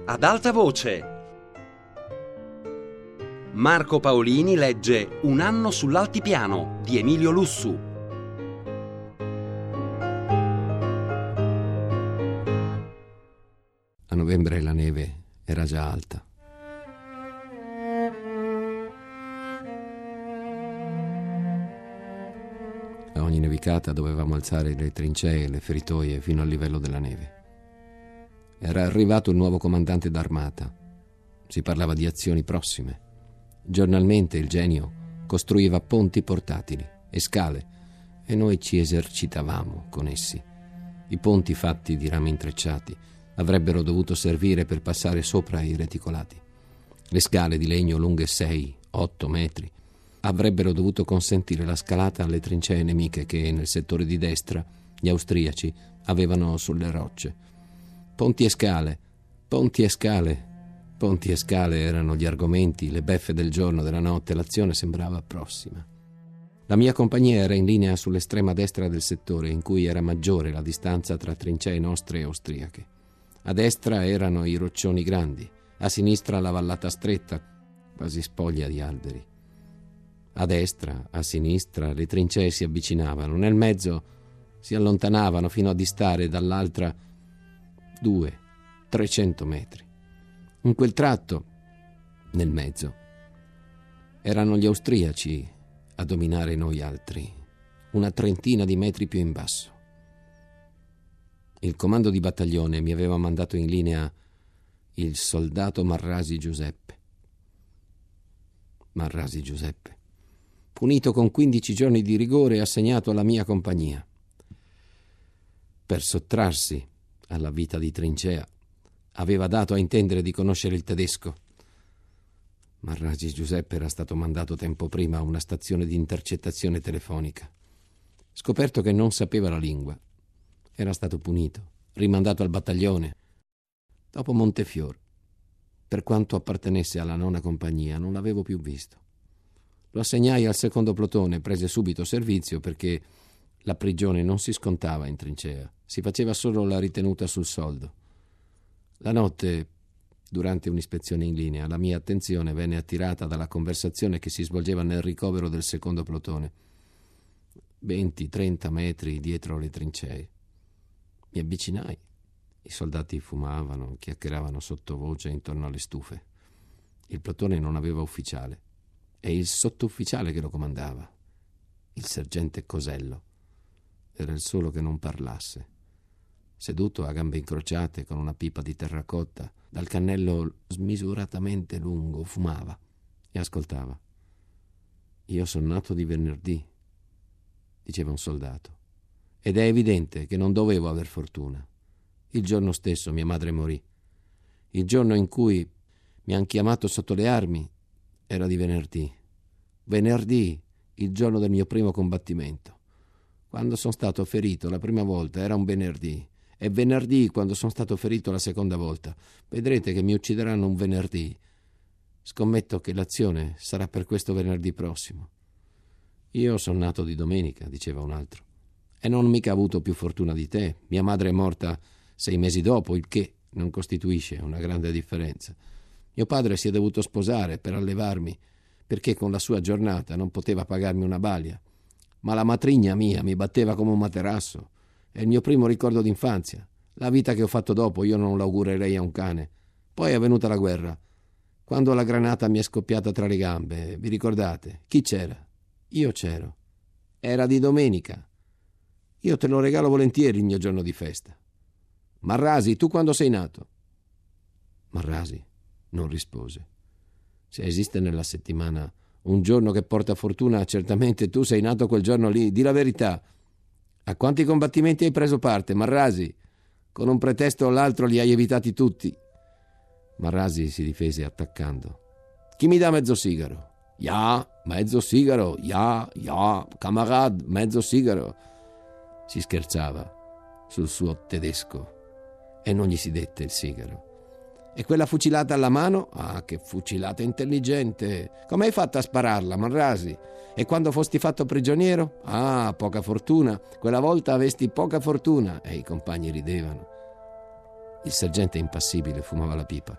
ad alta voce. Marco Paolini legge Un anno sull'altipiano di Emilio Lussu. A novembre la neve era già alta. A ogni nevicata dovevamo alzare le trincee e le feritoie fino al livello della neve. Era arrivato il nuovo comandante d'armata. Si parlava di azioni prossime. Giornalmente il genio costruiva ponti portatili e scale e noi ci esercitavamo con essi. I ponti fatti di rami intrecciati avrebbero dovuto servire per passare sopra i reticolati. Le scale di legno lunghe 6-8 metri avrebbero dovuto consentire la scalata alle trincee nemiche che nel settore di destra gli austriaci avevano sulle rocce. Ponti e scale, ponti e scale, ponti e scale erano gli argomenti, le beffe del giorno, della notte. L'azione sembrava prossima. La mia compagnia era in linea sull'estrema destra del settore, in cui era maggiore la distanza tra trincee nostre e austriache. A destra erano i roccioni grandi, a sinistra la vallata stretta, quasi spoglia di alberi. A destra, a sinistra, le trincee si avvicinavano, nel mezzo si allontanavano fino a distare dall'altra 200-300 metri. In quel tratto, nel mezzo, erano gli austriaci a dominare noi altri, una trentina di metri più in basso. Il comando di battaglione mi aveva mandato in linea il soldato Marrasi Giuseppe. Marrasi Giuseppe, punito con 15 giorni di rigore e assegnato alla mia compagnia. Per sottrarsi alla vita di trincea, aveva dato a intendere di conoscere il tedesco. Marrasi Giuseppe era stato mandato tempo prima a una stazione di intercettazione telefonica. Scoperto che non sapeva la lingua, era stato punito, rimandato al battaglione. Dopo Montefiore, per quanto appartenesse alla 9ª compagnia, non l'avevo più visto. Lo assegnai al 2° plotone, prese subito servizio perché la prigione non si scontava in trincea, si faceva solo la ritenuta sul soldo. La notte, durante un'ispezione in linea, la mia attenzione venne attirata dalla conversazione che si svolgeva nel ricovero del 2° plotone, 20-30 metri dietro le trincee. Mi avvicinai. I soldati fumavano, chiacchieravano sottovoce intorno alle stufe. Il plotone non aveva ufficiale. E il sottufficiale che lo comandava, il sergente Cosello, era il solo che non parlasse. Seduto a gambe incrociate con una pipa di terracotta, dal cannello smisuratamente lungo, fumava e ascoltava. «Io son nato di venerdì», diceva un soldato, «ed è evidente che non dovevo aver fortuna. Il giorno stesso mia madre morì. Il giorno in cui mi han chiamato sotto le armi era di venerdì. Venerdì, il giorno del mio primo combattimento. Quando sono stato ferito la prima volta era un venerdì. E venerdì, quando sono stato ferito la seconda volta. Vedrete che mi uccideranno un venerdì. Scommetto che l'azione sarà per questo venerdì prossimo». «Io sono nato di domenica», diceva un altro, «e non ho mica avuto più fortuna di te. Mia madre è morta 6 mesi dopo, il che non costituisce una grande differenza. Mio padre si è dovuto sposare per allevarmi, perché con la sua giornata non poteva pagarmi una balia. Ma la matrigna mia mi batteva come un materasso. È il mio primo ricordo d'infanzia. La vita che ho fatto dopo io non l'augurerei a un cane. Poi è venuta la guerra. Quando la granata mi è scoppiata tra le gambe, vi ricordate? Chi c'era? Io c'ero. Era di domenica. Io te lo regalo volentieri il mio giorno di festa. Marrasi, tu quando sei nato?» Marrasi non rispose. «Se esiste nella settimana un giorno che porta fortuna, certamente tu sei nato quel giorno lì. Di la verità. A quanti combattimenti hai preso parte, Marrasi? Con un pretesto o l'altro li hai evitati tutti». Marrasi si difese attaccando. «Chi mi dà mezzo sigaro?» «Ja, mezzo sigaro, ja, camarad, mezzo sigaro». Si scherzava sul suo tedesco e non gli si dette il sigaro. «E quella fucilata alla mano?» «Ah, che fucilata intelligente! Come hai fatto a spararla, Marrasi? E quando fosti fatto prigioniero?» «Ah, poca fortuna, quella volta avesti poca fortuna». E i compagni ridevano. Il sergente impassibile fumava la pipa.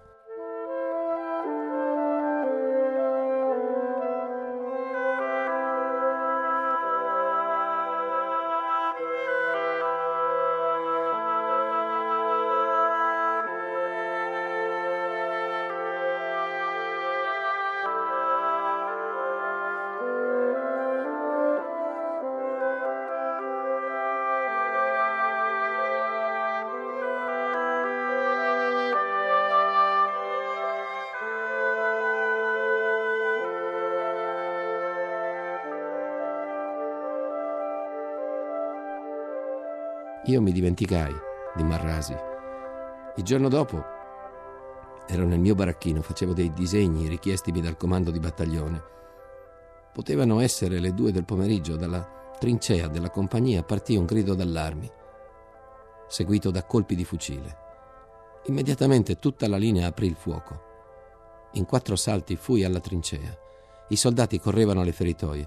Io mi dimenticai di Marrasi. Il giorno dopo ero nel mio baracchino, facevo dei disegni richiestimi dal comando di battaglione. Potevano essere le 2 del pomeriggio. Dalla trincea della compagnia partì un grido d'allarme, seguito da colpi di fucile. Immediatamente tutta la linea aprì il fuoco. In 4 salti fui alla trincea. I soldati correvano alle feritoie.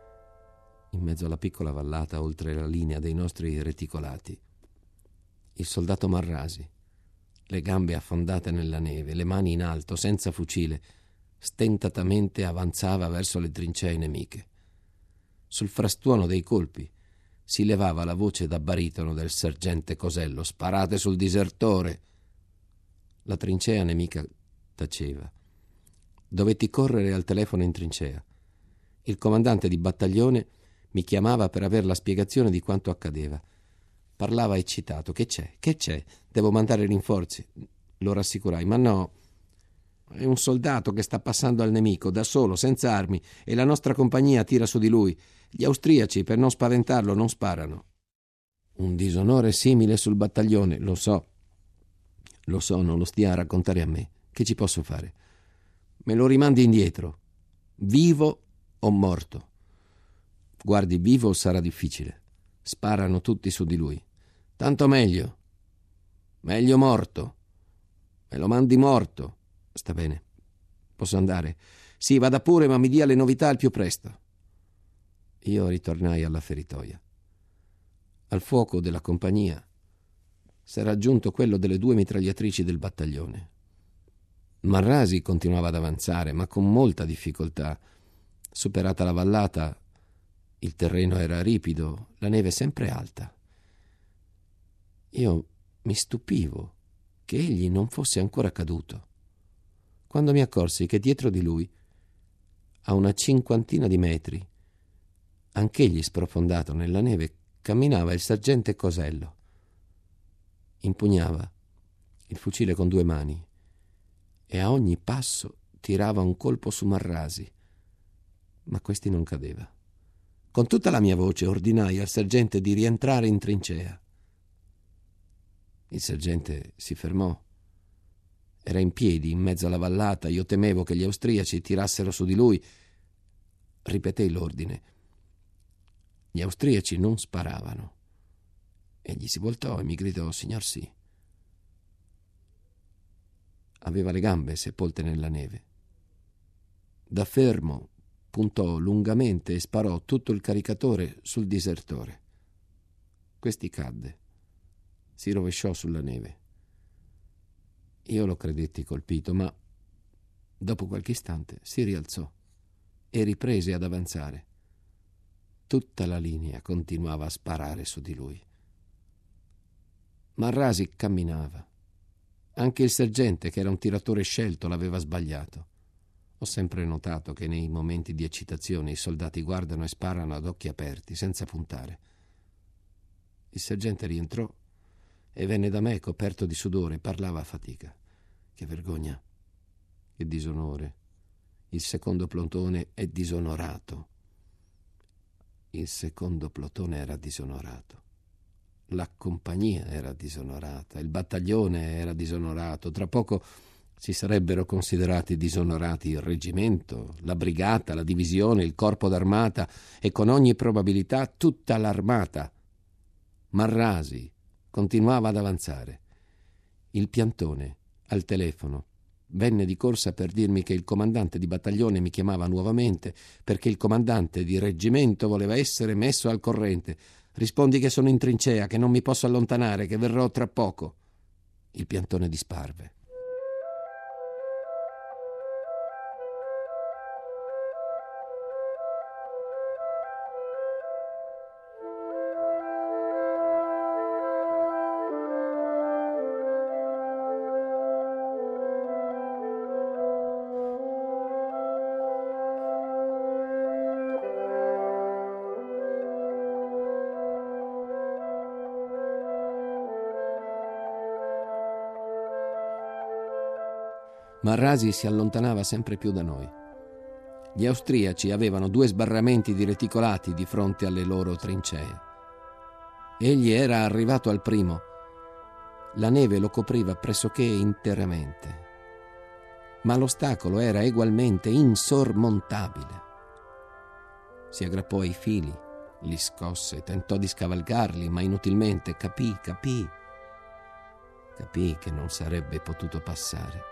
In mezzo alla piccola vallata, oltre la linea dei nostri reticolati, il soldato Marrasi, le gambe affondate nella neve, le mani in alto, senza fucile, stentatamente avanzava verso le trincee nemiche. Sul frastuono dei colpi si levava la voce da baritono del sergente Cosello: «Sparate sul disertore!» La trincea nemica taceva. Dovetti correre al telefono in trincea. Il comandante di battaglione mi chiamava per aver la spiegazione di quanto accadeva. Parlava eccitato. «Che c'è? Che c'è? Devo mandare rinforzi». Lo rassicurai. «Ma no, è un soldato che sta passando al nemico, da solo, senza armi, e la nostra compagnia tira su di lui. Gli austriaci, per non spaventarlo, non sparano». «Un disonore simile sul battaglione, lo so, non lo stia a raccontare a me. Che ci posso fare? Me lo rimandi indietro, vivo o morto». «Guardi, vivo sarà difficile. Sparano tutti su di lui. Tanto meglio. Meglio morto. Me lo mandi morto». «Sta bene. Posso andare?» «Sì, vada pure, ma mi dia le novità al più presto». Io ritornai alla feritoia. Al fuoco della compagnia s'era aggiunto quello delle 2 mitragliatrici del battaglione. Marrasi continuava ad avanzare, ma con molta difficoltà. Superata la vallata, il terreno era ripido, la neve sempre alta. Io mi stupivo che egli non fosse ancora caduto, quando mi accorsi che dietro di lui, a una 50 di metri, anch'egli sprofondato nella neve, camminava il sergente Cosello. Impugnava il fucile con 2 mani e a ogni passo tirava un colpo su Marrasi, ma questi non cadeva. Con tutta la mia voce ordinai al sergente di rientrare in trincea. Il sergente si fermò. Era in piedi in mezzo alla vallata. Io temevo che gli austriaci tirassero su di lui. Ripetei l'ordine. Gli austriaci non sparavano. Egli si voltò e mi gridò: «Signor sì». Aveva le gambe sepolte nella neve. Da fermo puntò lungamente e sparò tutto il caricatore sul disertore. Questi cadde, si rovesciò sulla neve. Io lo credetti colpito, ma dopo qualche istante si rialzò e riprese ad avanzare. Tutta la linea continuava a sparare su di lui. Marrasi camminava. Anche il sergente, che era un tiratore scelto, l'aveva sbagliato. Ho sempre notato che nei momenti di eccitazione i soldati guardano e sparano ad occhi aperti, senza puntare. Il sergente rientrò e venne da me coperto di sudore, parlava a fatica. «Che vergogna, che disonore. Il secondo plotone è disonorato». Il secondo plotone era disonorato. La compagnia era disonorata, il battaglione era disonorato. Tra poco si sarebbero considerati disonorati il reggimento, la brigata, la divisione, il corpo d'armata e con ogni probabilità tutta l'armata. Marrasi continuava ad avanzare. Il piantone, al telefono, venne di corsa per dirmi che il comandante di battaglione mi chiamava nuovamente perché il comandante di reggimento voleva essere messo al corrente. «Rispondi che sono in trincea, che non mi posso allontanare, che verrò tra poco». il piantone disparve. Marrasi si allontanava sempre più da noi. Gli austriaci avevano 2 sbarramenti di reticolati di fronte alle loro trincee. Egli era arrivato al primo. La neve lo copriva pressoché interamente. Ma l'ostacolo era egualmente insormontabile. Si aggrappò ai fili, li scosse, tentò di scavalcarli, ma inutilmente. Capì che non sarebbe potuto passare.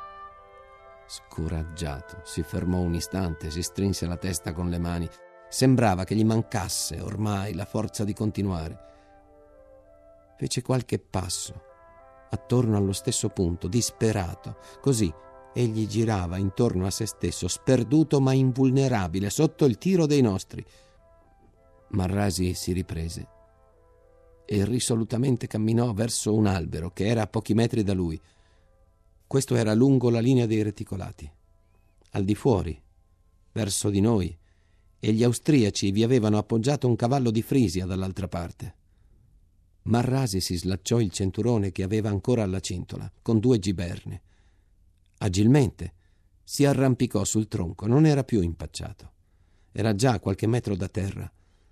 Scoraggiato, si fermò un istante, si strinse la testa con le mani. Sembrava che gli mancasse ormai la forza di continuare. Fece qualche passo, attorno allo stesso punto, disperato. Così egli girava intorno a se stesso, sperduto ma invulnerabile, sotto il tiro dei nostri. Marrasi si riprese e risolutamente camminò verso un albero che era a pochi metri da lui. Questo era lungo la linea dei reticolati. Al di fuori, verso di noi, e gli austriaci vi avevano appoggiato un cavallo di Frisia dall'altra parte. Marrasi si slacciò il cinturone che aveva ancora alla cintola, con 2 giberne. Agilmente si arrampicò sul tronco, non era più impacciato. Era già a qualche metro da terra.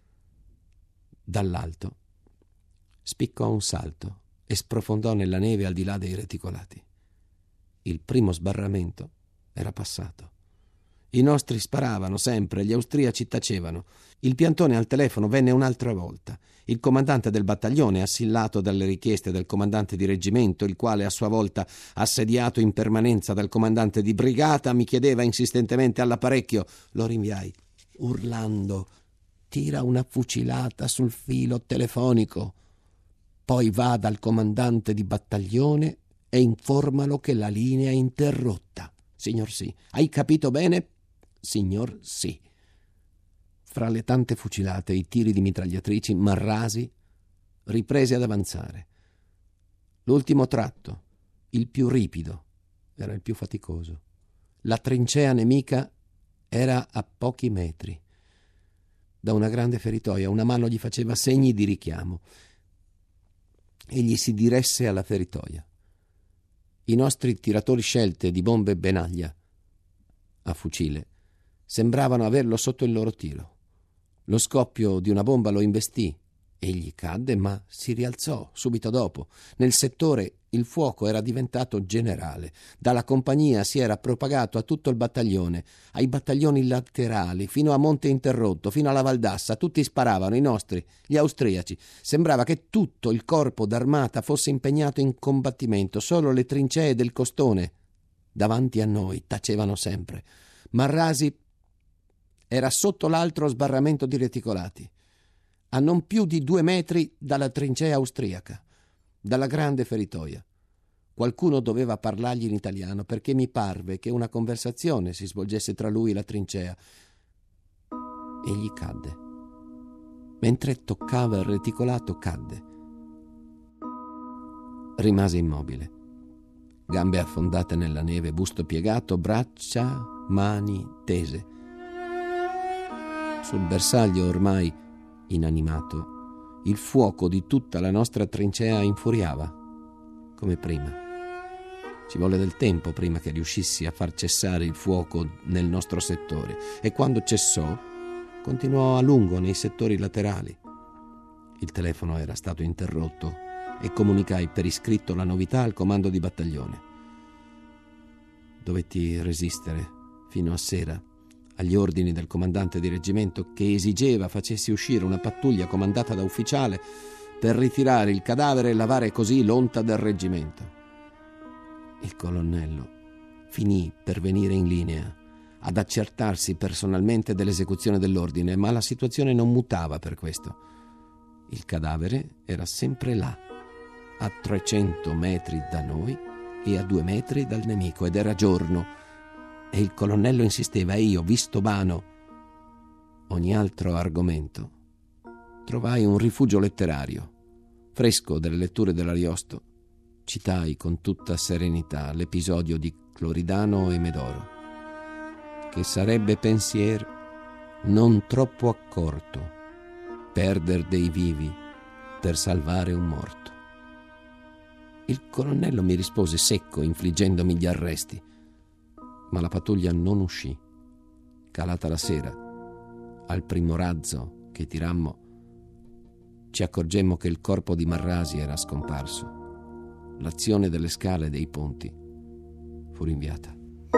Dall'alto spiccò un salto e sprofondò nella neve al di là dei reticolati. Il primo sbarramento era passato. I nostri sparavano sempre, gli austriaci tacevano. Il piantone al telefono venne un'altra volta. Il comandante del battaglione, assillato dalle richieste del comandante di reggimento, il quale a sua volta, assediato in permanenza dal comandante di brigata, mi chiedeva insistentemente all'apparecchio. Lo rinviai, urlando: tira una fucilata sul filo telefonico, poi va dal comandante di battaglione e informalo che la linea è interrotta. Signor sì. Hai capito bene? Signor sì. Fra le tante fucilate e i tiri di mitragliatrici, Marrasi riprese ad avanzare. L'ultimo tratto, il più ripido, era il più faticoso. La trincea nemica era a pochi metri. Da una grande feritoia una mano gli faceva segni di richiamo. Egli si diresse alla feritoia. I nostri tiratori scelte di bombe Benaglia a fucile sembravano averlo sotto il loro tiro. Lo scoppio di una bomba lo investì. Egli cadde, ma si rialzò subito dopo. Nel settore il fuoco era diventato generale. Dalla compagnia si era propagato a tutto il battaglione, ai battaglioni laterali, fino a Monte Interrotto, fino alla Valdassa. Tutti sparavano, i nostri, gli austriaci. Sembrava che tutto il corpo d'armata fosse impegnato in combattimento. Solo le trincee del costone davanti a noi tacevano sempre. Marrasi era sotto l'altro sbarramento di reticolati, a non più di 2 metri dalla trincea austriaca, dalla grande feritoia. Qualcuno doveva parlargli in italiano, perché mi parve che una conversazione si svolgesse tra lui e la trincea. Egli cadde. Mentre toccava il reticolato, cadde. Rimase immobile, gambe affondate nella neve, busto piegato, braccia, mani tese. Sul bersaglio ormai inanimato, il fuoco di tutta la nostra trincea infuriava, come prima. Ci volle del tempo prima che riuscissi a far cessare il fuoco nel nostro settore, e quando cessò, continuò a lungo nei settori laterali. Il telefono era stato interrotto e comunicai per iscritto la novità al comando di battaglione. Dovetti resistere fino a sera agli ordini del comandante di reggimento, che esigeva facessi uscire una pattuglia comandata da ufficiale per ritirare il cadavere e lavare così l'onta del reggimento. Il colonnello finì per venire in linea ad accertarsi personalmente dell'esecuzione dell'ordine, ma la situazione non mutava per questo. Il cadavere era sempre là, a 300 metri da noi e a 2 metri dal nemico, ed era giorno, e il colonnello insisteva, e io, visto vano ogni altro argomento, trovai un rifugio letterario. Fresco delle letture dell'Ariosto, citai con tutta serenità l'episodio di Cloridano e Medoro, che sarebbe pensier non troppo accorto perder dei vivi per salvare un morto. Il colonnello mi rispose secco, infliggendomi gli arresti, ma la pattuglia non uscì. Calata la sera, al primo razzo che tirammo, ci accorgemmo che il corpo di Marrasi era scomparso. L'azione delle scale e dei ponti fu rinviata.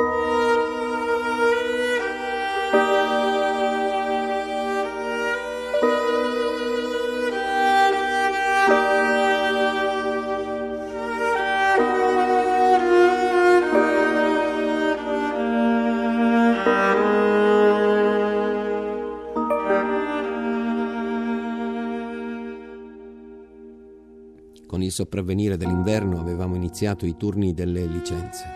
Con il sopravvenire dell'inverno avevamo iniziato i turni delle licenze.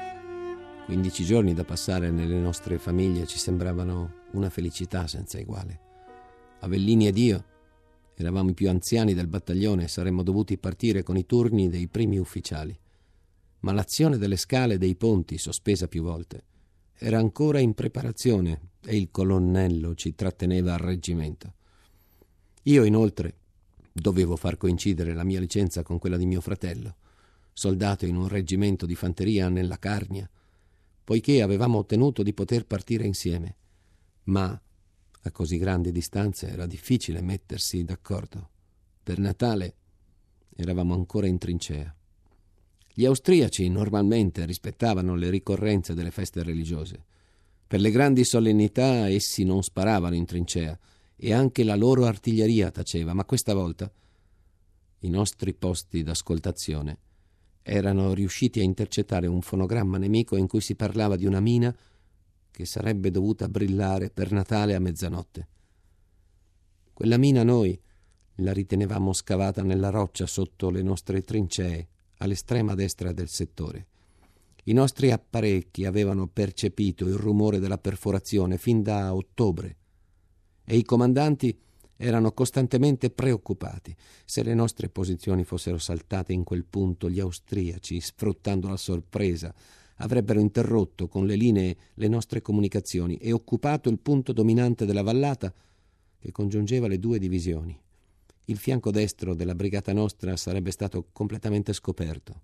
15 giorni da passare nelle nostre famiglie ci sembravano una felicità senza eguale. Avellini ed io eravamo i più anziani del battaglione e saremmo dovuti partire con i turni dei primi ufficiali. Ma l'azione delle scale e dei ponti, sospesa più volte, era ancora in preparazione e il colonnello ci tratteneva al reggimento. Io, inoltre, dovevo far coincidere la mia licenza con quella di mio fratello, soldato in un reggimento di fanteria nella Carnia, poiché avevamo ottenuto di poter partire insieme. Ma a così grandi distanze era difficile mettersi d'accordo. Per Natale eravamo ancora in trincea. Gli austriaci normalmente rispettavano le ricorrenze delle feste religiose. Per le grandi solennità essi non sparavano in trincea, e anche la loro artiglieria taceva, ma questa volta i nostri posti d'ascoltazione erano riusciti a intercettare un fonogramma nemico in cui si parlava di una mina che sarebbe dovuta brillare per Natale a mezzanotte. Quella mina noi la ritenevamo scavata nella roccia sotto le nostre trincee, all'estrema destra del settore. I nostri apparecchi avevano percepito il rumore della perforazione fin da ottobre, e i comandanti erano costantemente preoccupati. Se le nostre posizioni fossero saltate in quel punto, gli austriaci, sfruttando la sorpresa, avrebbero interrotto con le linee le nostre comunicazioni e occupato il punto dominante della vallata che congiungeva le due divisioni. Il fianco destro della brigata nostra sarebbe stato completamente scoperto.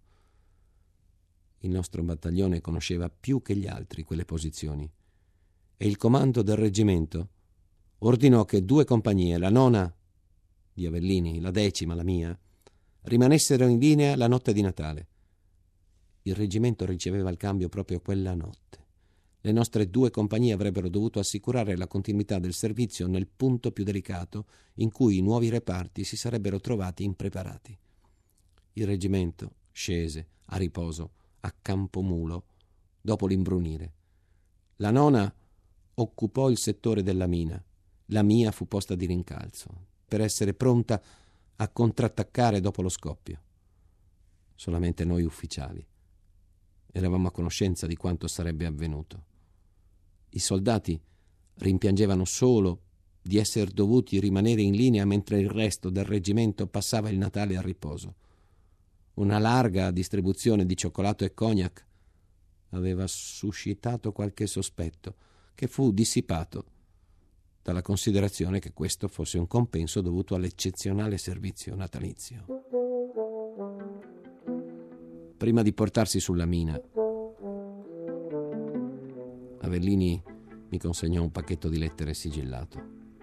Il nostro battaglione conosceva più che gli altri quelle posizioni, e il comando del reggimento ordinò che 2 compagnie, la 9ª di Avellini, la 10ª, la mia, rimanessero in linea la notte di Natale. Il reggimento riceveva il cambio proprio quella notte. Le nostre 2 compagnie avrebbero dovuto assicurare la continuità del servizio nel punto più delicato in cui i nuovi reparti si sarebbero trovati impreparati. Il reggimento scese a riposo a Campomulo dopo l'imbrunire. La 9ª occupò il settore della mina. La mia fu posta di rincalzo, per essere pronta a contrattaccare dopo lo scoppio. Solamente noi ufficiali eravamo a conoscenza di quanto sarebbe avvenuto. I soldati rimpiangevano solo di essere dovuti rimanere in linea mentre il resto del reggimento passava il Natale a riposo. Una larga distribuzione di cioccolato e cognac aveva suscitato qualche sospetto, che fu dissipato dalla considerazione che questo fosse un compenso dovuto all'eccezionale servizio natalizio. Prima di portarsi sulla mina, Avellini mi consegnò un pacchetto di lettere sigillato.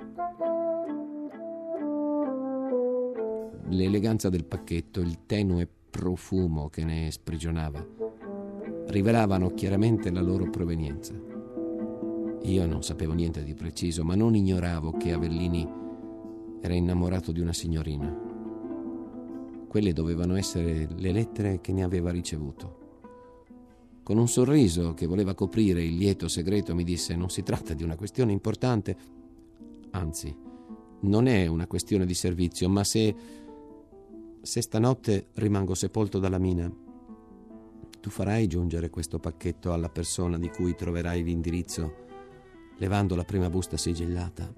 L'eleganza del pacchetto, il tenue profumo che ne sprigionava, rivelavano chiaramente la loro provenienza. Io non sapevo niente di preciso, ma non ignoravo che Avellini era innamorato di una signorina. Quelle dovevano essere le lettere che ne aveva ricevuto. Con un sorriso che voleva coprire il lieto segreto mi disse: non si tratta di una questione importante, anzi, non è una questione di servizio, ma se Se stanotte rimango sepolto dalla mina, tu farai giungere questo pacchetto alla persona di cui troverai l'indirizzo, levando la prima busta sigillata.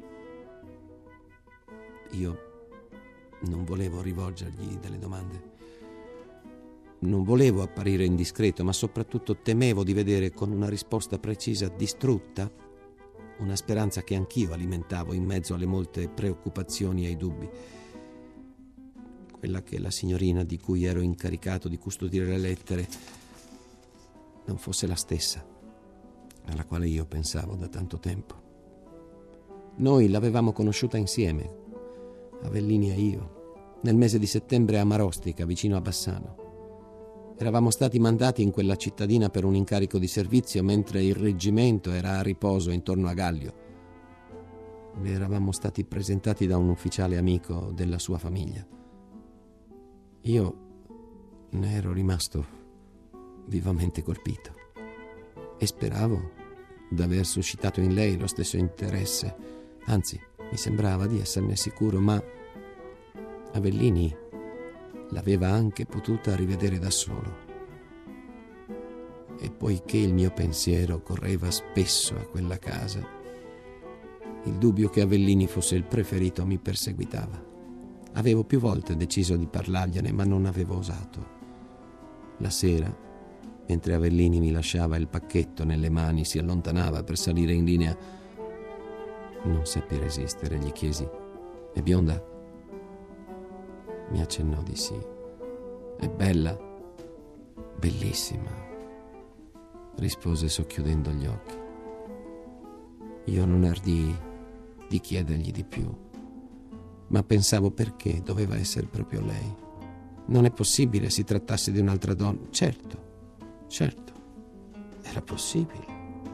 Io non volevo rivolgergli delle domande. Non volevo apparire indiscreto, ma soprattutto temevo di vedere con una risposta precisa distrutta una speranza che anch'io alimentavo in mezzo alle molte preoccupazioni e ai dubbi. Quella che la signorina di cui ero incaricato di custodire le lettere non fosse la stessa alla quale io pensavo da tanto tempo. Noi l'avevamo conosciuta insieme, Avellini e io, nel mese di settembre a Marostica, vicino a Bassano. Eravamo stati mandati in quella cittadina per un incarico di servizio mentre il reggimento era a riposo intorno a Gallio. Le eravamo stati presentati da un ufficiale amico della sua famiglia. Io ne ero rimasto vivamente colpito e speravo d'aver suscitato in lei lo stesso interesse. Anzi, mi sembrava di esserne sicuro, ma Avellini l'aveva anche potuta rivedere da solo. E poiché il mio pensiero correva spesso a quella casa, il dubbio che Avellini fosse il preferito mi perseguitava. Avevo più volte deciso di parlargliene, ma non avevo osato. La sera, mentre Avellini mi lasciava il pacchetto nelle mani, si allontanava per salire in linea, non seppi resistere, gli chiesi: "È bionda?" Mi accennò di sì. "È bella?" "Bellissima", rispose socchiudendo gli occhi. Io non ardii di chiedergli di più, ma pensavo perché doveva essere proprio lei. Non è possibile si trattasse di un'altra donna. Certo, era possibile.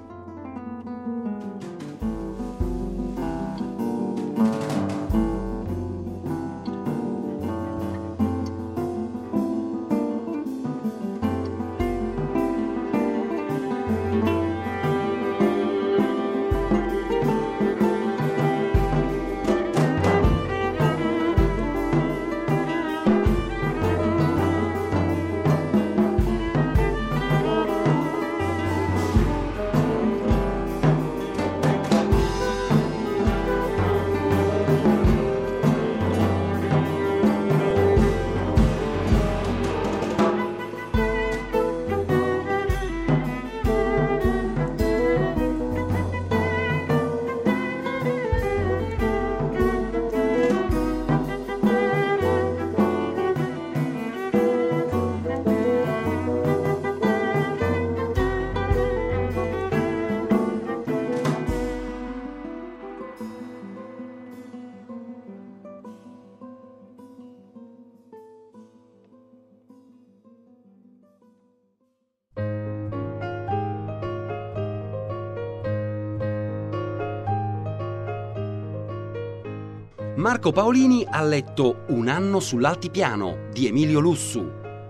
Marco Paolini ha letto Un anno sull'altipiano di Emilio Lussu.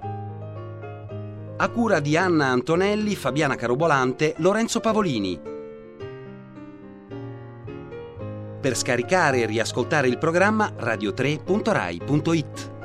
A cura di Anna Antonelli, Fabiana Carobolante, Lorenzo Pavolini. Per scaricare e riascoltare il programma radio3.rai.it.